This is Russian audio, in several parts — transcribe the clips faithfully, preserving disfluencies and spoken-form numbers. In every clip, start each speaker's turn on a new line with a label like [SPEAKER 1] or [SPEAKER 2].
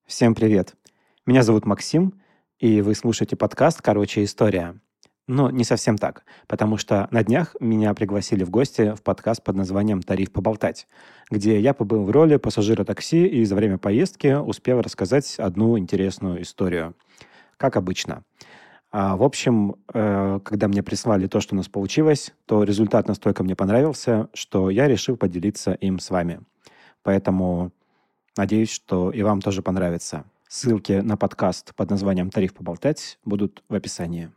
[SPEAKER 1] Всем привет! Меня зовут Максим, и вы слушаете подкаст «Короче, история». Но не совсем так, потому что на днях меня пригласили в гости в подкаст под названием «Тариф поболтать», где я побыл в роли пассажира такси и за время поездки успел рассказать одну интересную историю. Как обычно. А, в общем, э, когда мне прислали то, что у нас получилось, то результат настолько мне понравился, что я решил поделиться им с вами. Поэтому надеюсь, что и вам тоже понравится. Ссылки на подкаст под названием «Тариф поболтать» будут в описании.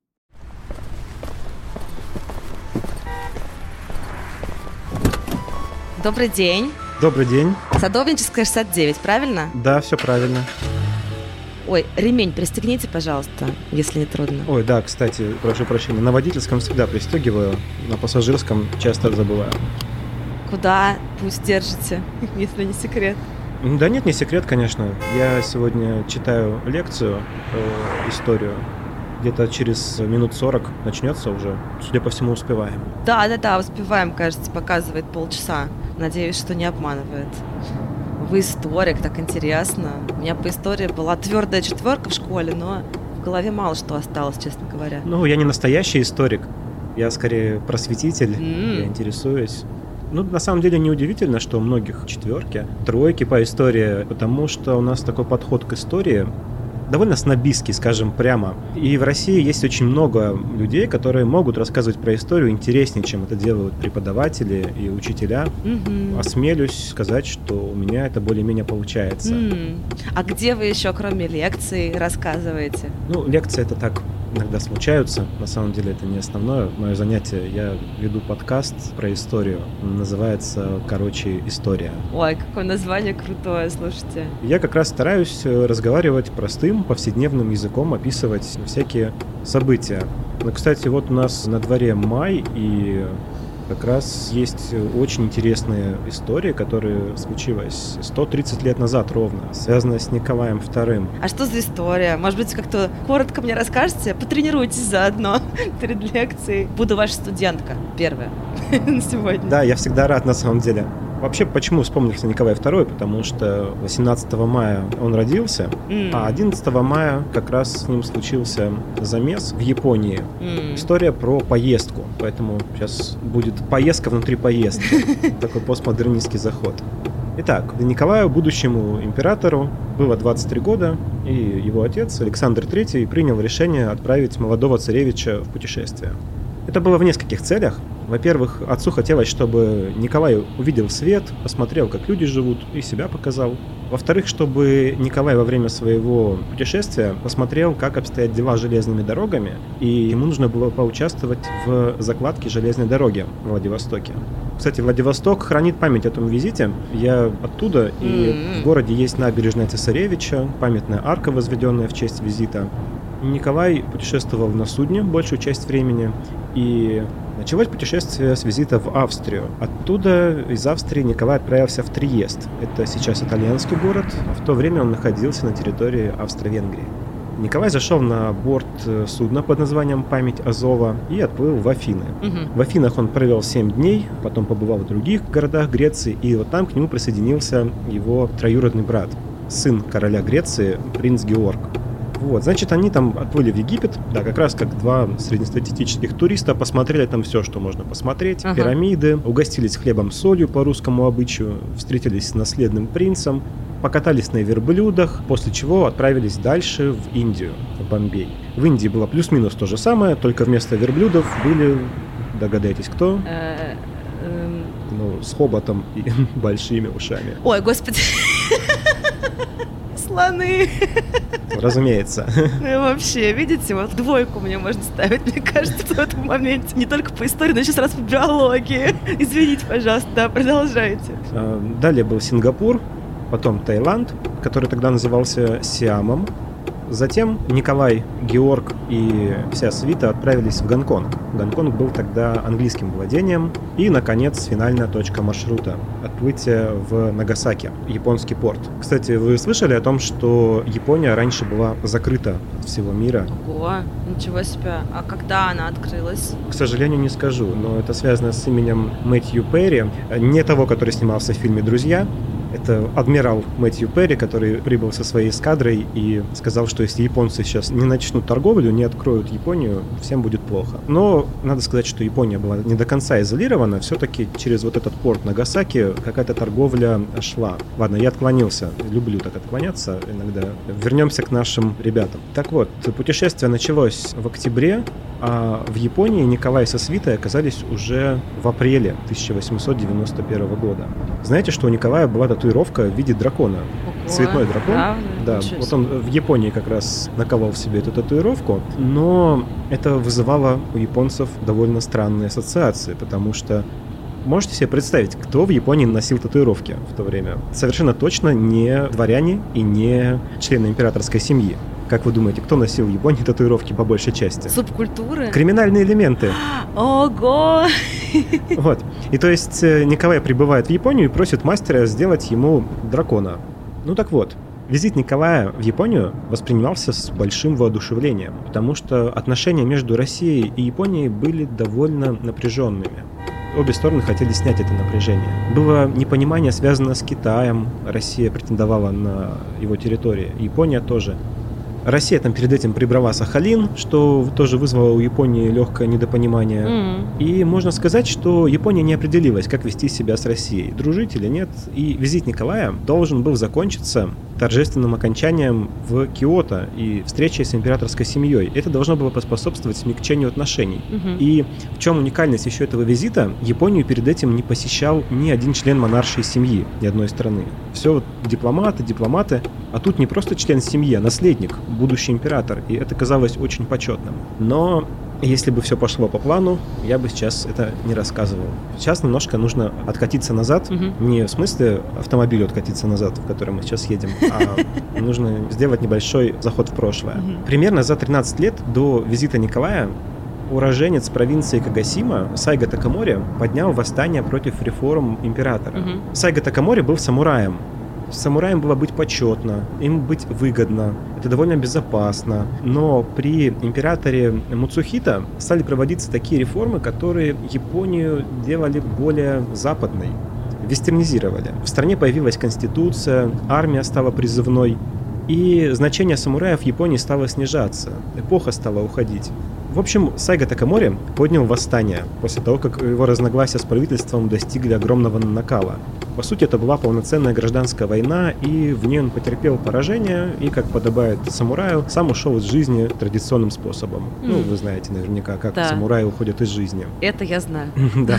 [SPEAKER 2] Добрый день.
[SPEAKER 1] Добрый день.
[SPEAKER 2] Садовническая, шестьдесят девять, правильно?
[SPEAKER 1] Да, все правильно.
[SPEAKER 2] Ой, ремень пристегните, пожалуйста, если не трудно.
[SPEAKER 1] Ой, да, кстати, прошу прощения. На водительском всегда пристегиваю, на пассажирском часто забываю.
[SPEAKER 2] Куда путь держите, если не секрет?
[SPEAKER 1] Да нет, не секрет, конечно. Я сегодня читаю лекцию, э, историю. Где-то через минут сорок начнется уже. Судя по всему, успеваем.
[SPEAKER 2] Да, да, да, успеваем, кажется, показывает полчаса. Надеюсь, что не обманывает. Вы историк, так интересно. У меня по истории была твердая четверка в школе, но в голове мало что осталось, честно говоря.
[SPEAKER 1] Ну, я не настоящий историк. Я скорее просветитель.
[SPEAKER 2] Mm.
[SPEAKER 1] Я интересуюсь. Ну, на самом деле, неудивительно, что у многих четверки, тройки по истории, потому что у нас такой подход к истории довольно снобистский, скажем прямо. И в России есть очень много людей, которые могут рассказывать про историю интереснее, чем это делают преподаватели и учителя.
[SPEAKER 2] Mm-hmm.
[SPEAKER 1] Осмелюсь сказать, что у меня это более-менее получается.
[SPEAKER 2] Mm. А где вы еще, кроме лекций, рассказываете?
[SPEAKER 1] Ну, лекции это так иногда случаются. На самом деле это не основное мое занятие. Я веду подкаст про историю. Он называется «Короче, история».
[SPEAKER 2] Ой, какое название крутое, слушайте.
[SPEAKER 1] Я как раз стараюсь разговаривать простым, повседневным языком, описывать всякие события. Ну, кстати, вот у нас на дворе май, и как раз есть очень интересная история, которая случилась сто тридцать лет назад ровно, связанная с Николаем вторым.
[SPEAKER 2] А что за история? Может быть, как-то коротко мне расскажете? Потренируйтесь заодно перед лекцией. Буду ваша студентка первая на сегодня.
[SPEAKER 1] Да, я всегда рад на самом деле. Вообще, почему вспомнился Николай второй? Потому что восемнадцатого мая он родился, mm. а одиннадцатого мая как раз с ним случился замес в Японии. Mm. История про поездку, поэтому сейчас будет поездка внутри поездки. Такой постмодернистский заход. Итак, Николаю, будущему императору, было двадцать три года, и его отец, Александр третий, принял решение отправить молодого царевича в путешествие. Это было в нескольких целях. Во-первых, отцу хотелось, чтобы Николай увидел свет, посмотрел, как люди живут, и себя показал. Во-вторых, чтобы Николай во время своего путешествия посмотрел, как обстоят дела с железными дорогами, и ему нужно было поучаствовать в закладке железной дороги в Владивостоке. Кстати, Владивосток хранит память о этом визите. Я оттуда, и mm-hmm. в городе есть набережная Цесаревича, памятная арка, возведенная в честь визита. Николай путешествовал на судне большую часть времени, и началось путешествие с визита в Австрию. Оттуда, из Австрии, Николай отправился в Триест. Это сейчас итальянский город, а в то время он находился на территории Австро-Венгрии. Николай зашел на борт судна под названием «Память Азова» и отплыл в Афины. Угу. В Афинах он провел семь дней, потом побывал в других городах Греции, и вот там к нему присоединился его троюродный брат, сын короля Греции, принц Георг. Вот, значит, они там отплыли в Египет, да, как раз как два среднестатистических туриста, посмотрели там все, что можно посмотреть, ага. пирамиды, угостились хлебом с солью по русскому обычаю, встретились с наследным принцем, покатались на верблюдах, после чего отправились дальше в Индию, в Бомбей. В Индии было плюс-минус то же самое, только вместо верблюдов были, догадайтесь, кто? Ну, с хоботом и большими ушами.
[SPEAKER 2] Ой, господи! Слоны.
[SPEAKER 1] Разумеется.
[SPEAKER 2] Ну и вообще, видите, вот двойку мне можно ставить, мне кажется, в этом моменте. Не только по истории, но еще сразу по биологии. Извините, пожалуйста, да, продолжайте.
[SPEAKER 1] Далее был Сингапур, потом Таиланд, который тогда назывался Сиамом. Затем Николай, Георг и вся свита отправились в Гонконг. Гонконг был тогда английским владением. И, наконец, финальная точка маршрута – отплытие в Нагасаки, японский порт. Кстати, вы слышали о том, что Япония раньше была закрыта от всего мира?
[SPEAKER 2] Ого, ничего себе. А когда она открылась?
[SPEAKER 1] К сожалению, не скажу, но это связано с именем Мэтью Перри, не того, который снимался в фильме «Друзья», Это адмирал Мэтью Перри, который прибыл со своей эскадрой и сказал, что если японцы сейчас не начнут торговлю, не откроют Японию, всем будет плохо. Но надо сказать, что Япония была не до конца изолирована. Все-таки через вот этот порт Нагасаки какая-то торговля шла. Ладно, я отклонился. Люблю так отклоняться иногда. Вернемся к нашим ребятам. Так вот, путешествие началось в октябре, а в Японии Николай со свитой оказались уже в апреле тысяча восемьсот девяносто первого года. Знаете, что у Николая была татуировка в виде дракона?
[SPEAKER 2] Ого,
[SPEAKER 1] Цветной дракон.
[SPEAKER 2] правда?
[SPEAKER 1] Да, вот он в Японии как раз наколол в себе эту татуировку, но это вызывало у японцев довольно странные ассоциации, потому что можете себе представить, кто в Японии носил татуировки в то время? Совершенно точно не дворяне и не члены императорской семьи. Как вы думаете, кто носил в Японии татуировки по большей части?
[SPEAKER 2] Субкультуры?
[SPEAKER 1] Криминальные элементы.
[SPEAKER 2] Ого!
[SPEAKER 1] Вот. И то есть Николай прибывает в Японию и просит мастера сделать ему дракона. Ну так вот, визит Николая в Японию воспринимался с большим воодушевлением, потому что отношения между Россией и Японией были довольно напряженными. Обе стороны хотели снять это напряжение. Было непонимание, связанное с Китаем. Россия претендовала на его территории, Япония тоже. Россия там перед этим прибрала Сахалин, что тоже вызвало у Японии легкое недопонимание. Mm. И можно сказать, что Япония не определилась, как вести себя с Россией, дружить или нет. И визит Николая должен был закончиться торжественным окончанием в Киото и встречей с императорской семьей. Это должно было поспособствовать смягчению отношений. Mm-hmm. И в чем уникальность еще этого визита? Японию перед этим не посещал ни один член монаршей семьи ни одной страны. Все вот дипломаты, дипломаты. А тут не просто член семьи, а наследник, будущий император. И это казалось очень почетным. Но если бы все пошло по плану, я бы сейчас это не рассказывал. Сейчас немножко нужно откатиться назад. Mm-hmm. Не в смысле автомобилю откатиться назад, в котором мы сейчас едем, а нужно сделать небольшой заход в прошлое. Mm-hmm. Примерно за тринадцать лет до визита Николая уроженец провинции Кагасима Сайго Такамори поднял восстание против реформ императора. Mm-hmm. Сайго Такамори был самураем. Самураям было быть почетно, им быть выгодно, это довольно безопасно. Но при императоре Муцухито стали проводиться такие реформы, которые Японию делали более западной, вестернизировали. В стране появилась конституция, армия стала призывной, и значение самураев в Японии стало снижаться, эпоха стала уходить. В общем, Сайго Такамори поднял восстание после того, как его разногласия с правительством достигли огромного накала. По сути, это была полноценная гражданская война, и в ней он потерпел поражение, и, как подобает самураю, сам ушел из жизни традиционным способом. Mm. Ну, вы знаете наверняка, как да. самураи уходят из жизни.
[SPEAKER 2] Это я знаю.
[SPEAKER 1] Да.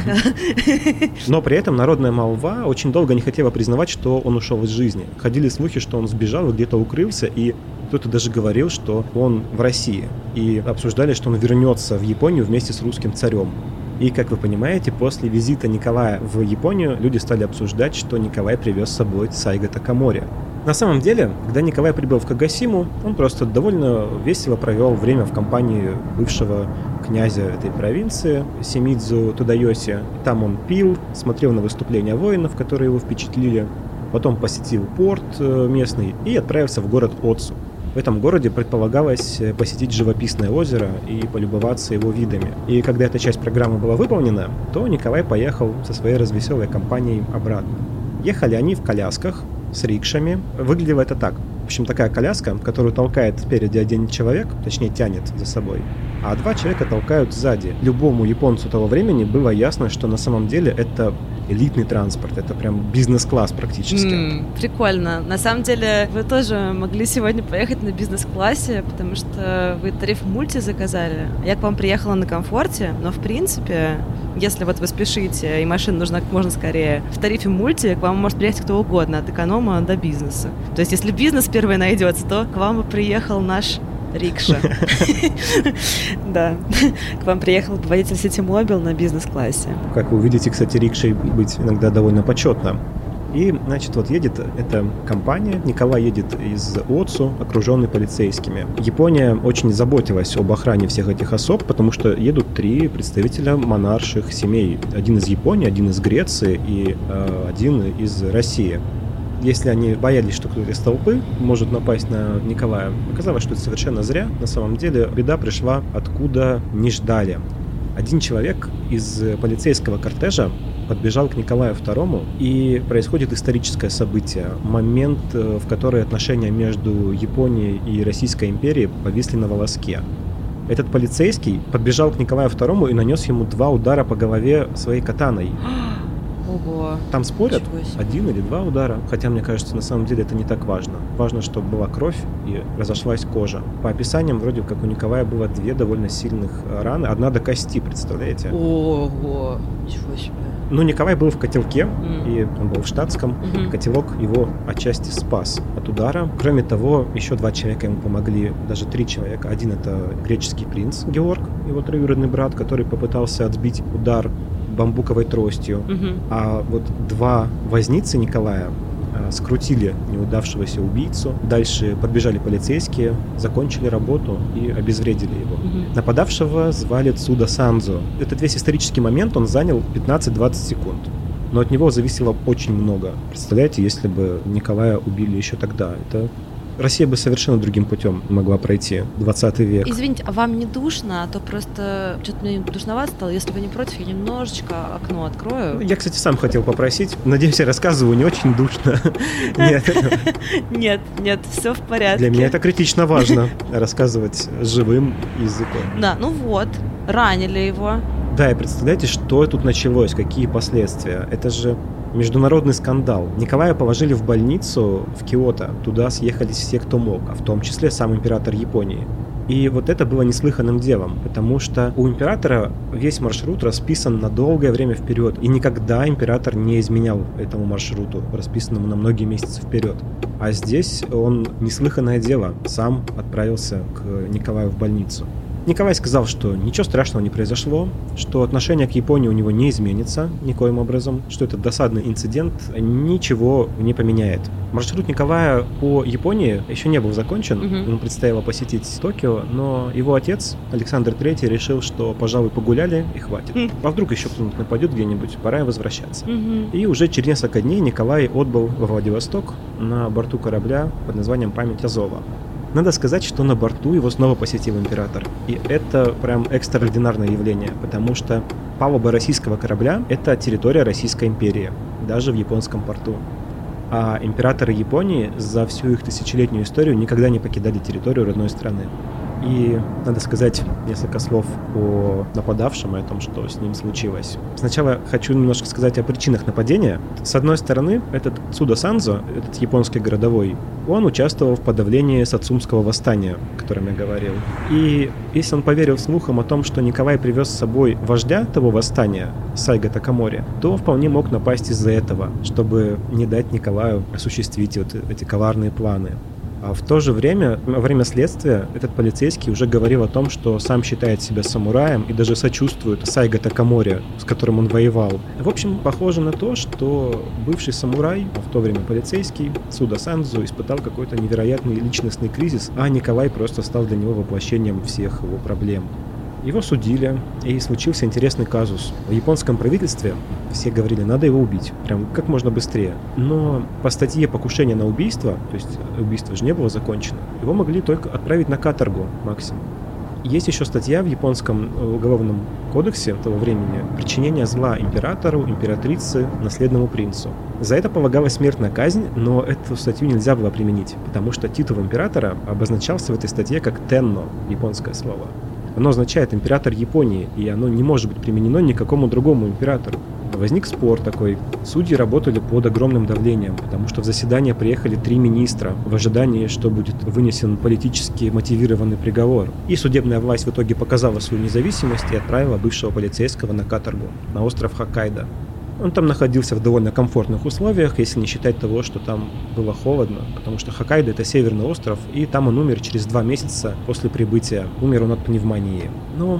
[SPEAKER 1] Но при этом народная молва очень долго не хотела признавать, что он ушел из жизни. Ходили слухи, что он сбежал и где-то укрылся, и кто-то даже говорил, что он в России. И обсуждали, что он вернется в Японию вместе с русским царем. И, как вы понимаете, после визита Николая в Японию люди стали обсуждать, что Николай привез с собой Сайго Такамори. На самом деле, когда Николай прибыл в Кагасиму, он просто довольно весело провел время в компании бывшего князя этой провинции Симидзу Тодайоси. Там он пил, смотрел на выступления воинов, которые его впечатлили, потом посетил порт местный и отправился в город Отсу. В этом городе предполагалось посетить живописное озеро и полюбоваться его видами. И когда эта часть программы была выполнена, то Николай поехал со своей развеселой компанией обратно. Ехали они в колясках с рикшами. Выглядело это так. В общем, такая коляска, которую толкает спереди один человек, точнее тянет за собой, а два человека толкают сзади. Любому японцу того времени было ясно, что на самом деле это элитный транспорт, это прям бизнес-класс практически. Mm,
[SPEAKER 2] прикольно. На самом деле вы тоже могли сегодня поехать на бизнес-классе, потому что вы тариф мульти заказали. Я к вам приехала на комфорте, но в принципе, если вот вы спешите и машина нужна как можно скорее, в тарифе мульти к вам может приехать кто угодно, от эконома до бизнеса. То есть если бизнес первый найдется, то к вам бы приехал наш рикша. Да. К вам приехал водитель Ситимобил на бизнес-классе.
[SPEAKER 1] Как вы увидите, кстати, рикшей быть иногда довольно почетно. И, значит, вот едет эта компания, Николай едет из Отсу, окруженный полицейскими. Япония очень заботилась об охране всех этих особ, потому что едут три представителя монарших семей. Один из Японии, один из Греции и э, один из России. Если они боялись, что кто-то из толпы может напасть на Николая, оказалось, что это совершенно зря. На самом деле беда пришла откуда не ждали. Один человек из полицейского кортежа подбежал к Николаю второму, и происходит историческое событие. Момент, в который отношения между Японией и Российской империей повисли на волоске. Этот полицейский подбежал к Николаю второму и нанес ему два удара по голове своей катаной.
[SPEAKER 2] Ого.
[SPEAKER 1] Там спорят, один или два удара, хотя, мне кажется, на самом деле это не так важно. Важно, чтобы была кровь и разошлась кожа. По описаниям, вроде как у Николая было две довольно сильных раны, одна до кости, представляете?
[SPEAKER 2] Ого, ничего себе.
[SPEAKER 1] Ну, Николай был в котелке,
[SPEAKER 2] Mm.
[SPEAKER 1] и он был в штатском.
[SPEAKER 2] Mm-hmm.
[SPEAKER 1] Котелок его отчасти спас от удара. Кроме того, еще два человека ему помогли, даже три человека. Один — это греческий принц Георг, его троюродный брат, который попытался отбить удар бамбуковой тростью.
[SPEAKER 2] Mm-hmm.
[SPEAKER 1] А вот два возницы Николая а, скрутили неудавшегося убийцу. Дальше подбежали полицейские, закончили работу и обезвредили его.
[SPEAKER 2] Mm-hmm.
[SPEAKER 1] Нападавшего звали Цуда Санзо. Этот весь исторический момент он занял пятнадцать-двадцать секунд. Но от него зависело очень много. Представляете, если бы Николая убили еще тогда, это... Россия бы совершенно другим путем могла пройти. двадцатый век.
[SPEAKER 2] Извините, а вам не душно? А то просто что-то мне душновато стало. Если вы не против, я немножечко окно открою.
[SPEAKER 1] Я, кстати, сам хотел попросить. Надеюсь, я рассказываю не очень душно. Нет.
[SPEAKER 2] Нет, нет, все в порядке.
[SPEAKER 1] Для меня это критично важно. Рассказывать живым языком.
[SPEAKER 2] Да, ну вот. Ранили его.
[SPEAKER 1] Да, и представляете, что тут началось, какие последствия. Это же международный скандал. Николая положили в больницу в Киото. Туда съехались все, кто мог, а в том числе сам император Японии. И вот это было неслыханным делом, потому что у императора весь маршрут расписан на долгое время вперед, и никогда император не изменял этому маршруту, расписанному на многие месяцы вперед. А здесь он, неслыханное дело, сам отправился к Николаю в больницу. Николай сказал, что ничего страшного не произошло, что отношение к Японии у него не изменится никоим образом, что этот досадный инцидент ничего не поменяет. Маршрут Николая по Японии еще не был закончен,
[SPEAKER 2] Mm-hmm.
[SPEAKER 1] ему предстояло посетить Токио, но его отец, Александр Третий, решил, что, пожалуй, погуляли и хватит. Mm-hmm. А вдруг еще кто-нибудь нападет где-нибудь, пора возвращаться.
[SPEAKER 2] Mm-hmm.
[SPEAKER 1] И уже через несколько дней Николай отбыл во Владивосток на борту корабля под названием «Память Азова». Надо сказать, что на борту его снова посетил император. И это прям экстраординарное явление, потому что палуба российского корабля — это территория Российской империи, даже в японском порту. А императоры Японии за всю их тысячелетнюю историю никогда не покидали территорию родной страны. И надо сказать несколько слов о нападавшем и о том, что с ним случилось. Сначала хочу немножко сказать о причинах нападения. С одной стороны, этот Цуда Санзо, этот японский городовой, он участвовал в подавлении Сацумского восстания, о котором я говорил. И если он поверил слухам о том, что Николай привез с собой вождя того восстания, Сайго Такамори, то вполне мог напасть из-за этого, чтобы не дать Николаю осуществить вот эти коварные планы. А в то же время, во время следствия, этот полицейский уже говорил о том, что сам считает себя самураем и даже сочувствует Сайго Такамори, с которым он воевал. В общем, похоже на то, что бывший самурай, а в то время полицейский, Цуда Санзо, испытал какой-то невероятный личностный кризис, а Николай просто стал для него воплощением всех его проблем. Его судили, и случился интересный казус. В японском правительстве все говорили, надо его убить, прям как можно быстрее. Но по статье покушения на убийство, то есть убийство же не было закончено, его могли только отправить на каторгу максимум. Есть еще статья в японском уголовном кодексе того времени «Причинение зла императору, императрице, наследному принцу». За это полагалась смертная казнь, но эту статью нельзя было применить, потому что титул императора обозначался в этой статье как «тенно», японское слово. Оно означает император Японии, и оно не может быть применено ни к какому другому императору. Возник спор такой. Судьи работали под огромным давлением, потому что в заседание приехали три министра в ожидании, что будет вынесен политически мотивированный приговор. И судебная власть в итоге показала свою независимость и отправила бывшего полицейского на каторгу, на остров Хоккайдо. Он там находился в довольно комфортных условиях, если не считать того, что там было холодно, потому что Хоккайдо — это северный остров, и там он умер через два месяца после прибытия. Умер он от пневмонии. Ну,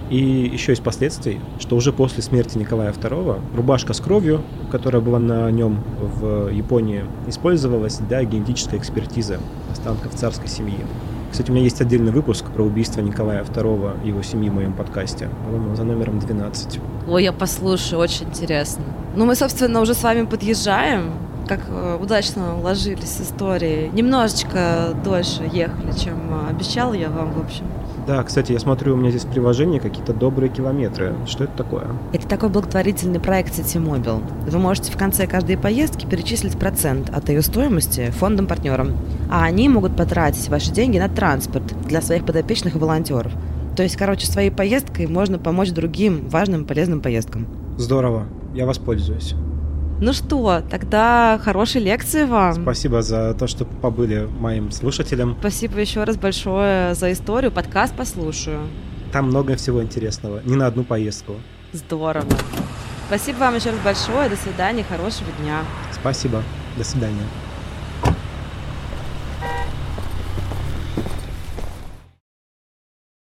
[SPEAKER 1] и еще из последствий, что уже после смерти Николая второго рубашка с кровью, которая была на нем в Японии, использовалась для генетической экспертизы останков царской семьи. Кстати, у меня есть отдельный выпуск про убийство Николая второго и его семьи в моем подкасте, по-моему, за номером двенадцать.
[SPEAKER 2] Ой, я послушаю, очень интересно. Ну, мы, собственно, уже с вами подъезжаем. Как удачно уложились истории. Немножечко дольше ехали, чем обещала я вам, в общем.
[SPEAKER 1] Да, кстати, я смотрю, у меня здесь в приложении какие-то добрые километры. Что это такое?
[SPEAKER 2] Это такой благотворительный проект Ситимобил. Вы можете в конце каждой поездки перечислить процент от ее стоимости фондам-партнерам, а они могут потратить ваши деньги на транспорт для своих подопечных и волонтеров. То есть, короче, своей поездкой можно помочь другим важным полезным поездкам.
[SPEAKER 1] Здорово, я воспользуюсь.
[SPEAKER 2] Ну что, тогда хорошей лекции вам.
[SPEAKER 1] Спасибо за то, что побыли моим слушателем.
[SPEAKER 2] Спасибо еще раз большое за историю. Подкаст послушаю.
[SPEAKER 1] Там много всего интересного. Не на одну поездку.
[SPEAKER 2] Здорово. Спасибо вам еще раз большое. До свидания. Хорошего дня.
[SPEAKER 1] Спасибо. До свидания.